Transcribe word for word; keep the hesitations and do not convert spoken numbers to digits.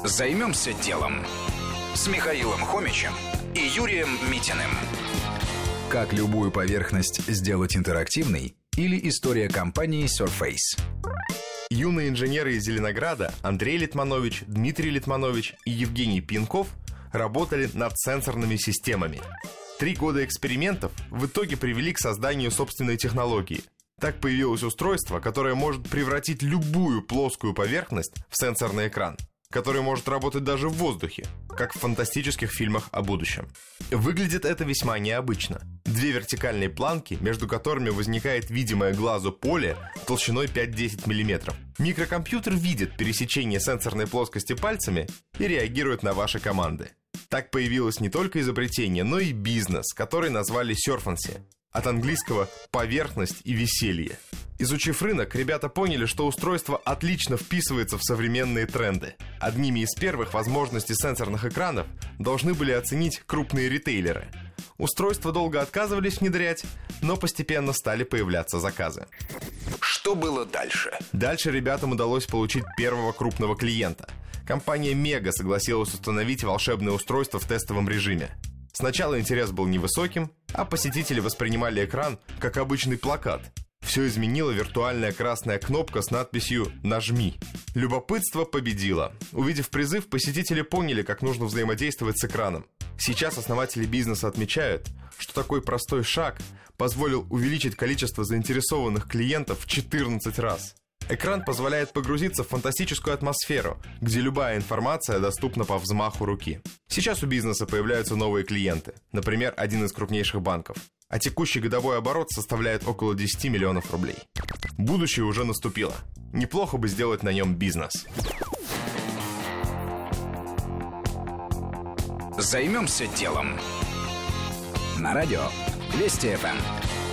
Займемся делом с Михаилом Хомичем и Юрием Митиным. Как любую поверхность сделать интерактивной, или история компании Surface. Юные инженеры из Зеленограда Андрей Литманович, Дмитрий Литманович и Евгений Пинков работали над сенсорными системами. Три года экспериментов в итоге привели к созданию собственной технологии. Так появилось устройство, которое может превратить любую плоскую поверхность в сенсорный экран, который может работать даже в воздухе, как в фантастических фильмах о будущем. Выглядит это весьма необычно. Две вертикальные планки, между которыми возникает видимое глазу поле толщиной пять-десять миллиметров. Микрокомпьютер видит пересечение сенсорной плоскости пальцами и реагирует на ваши команды. Так появилось не только изобретение, но и бизнес, который назвали Surface. От английского «поверхность» и «веселье». Изучив рынок, ребята поняли, что устройство отлично вписывается в современные тренды. Одними из первых возможностей сенсорных экранов должны были оценить крупные ритейлеры. Устройства долго отказывались внедрять, но постепенно стали появляться заказы. Что было дальше? Дальше ребятам удалось получить первого крупного клиента. Компания Mega согласилась установить волшебное устройство в тестовом режиме. Сначала интерес был невысоким, а посетители воспринимали экран как обычный плакат. Все изменила виртуальная красная кнопка с надписью «Нажми». Любопытство победило. Увидев призыв, посетители поняли, как нужно взаимодействовать с экраном. Сейчас основатели бизнеса отмечают, что такой простой шаг позволил увеличить количество заинтересованных клиентов в четырнадцать раз. Экран позволяет погрузиться в фантастическую атмосферу, где любая информация доступна по взмаху руки. Сейчас у бизнеса появляются новые клиенты, например, один из крупнейших банков. А текущий годовой оборот составляет около десять миллионов рублей. Будущее уже наступило. Неплохо бы сделать на нем бизнес. Займемся делом. На радио Вести эф эм.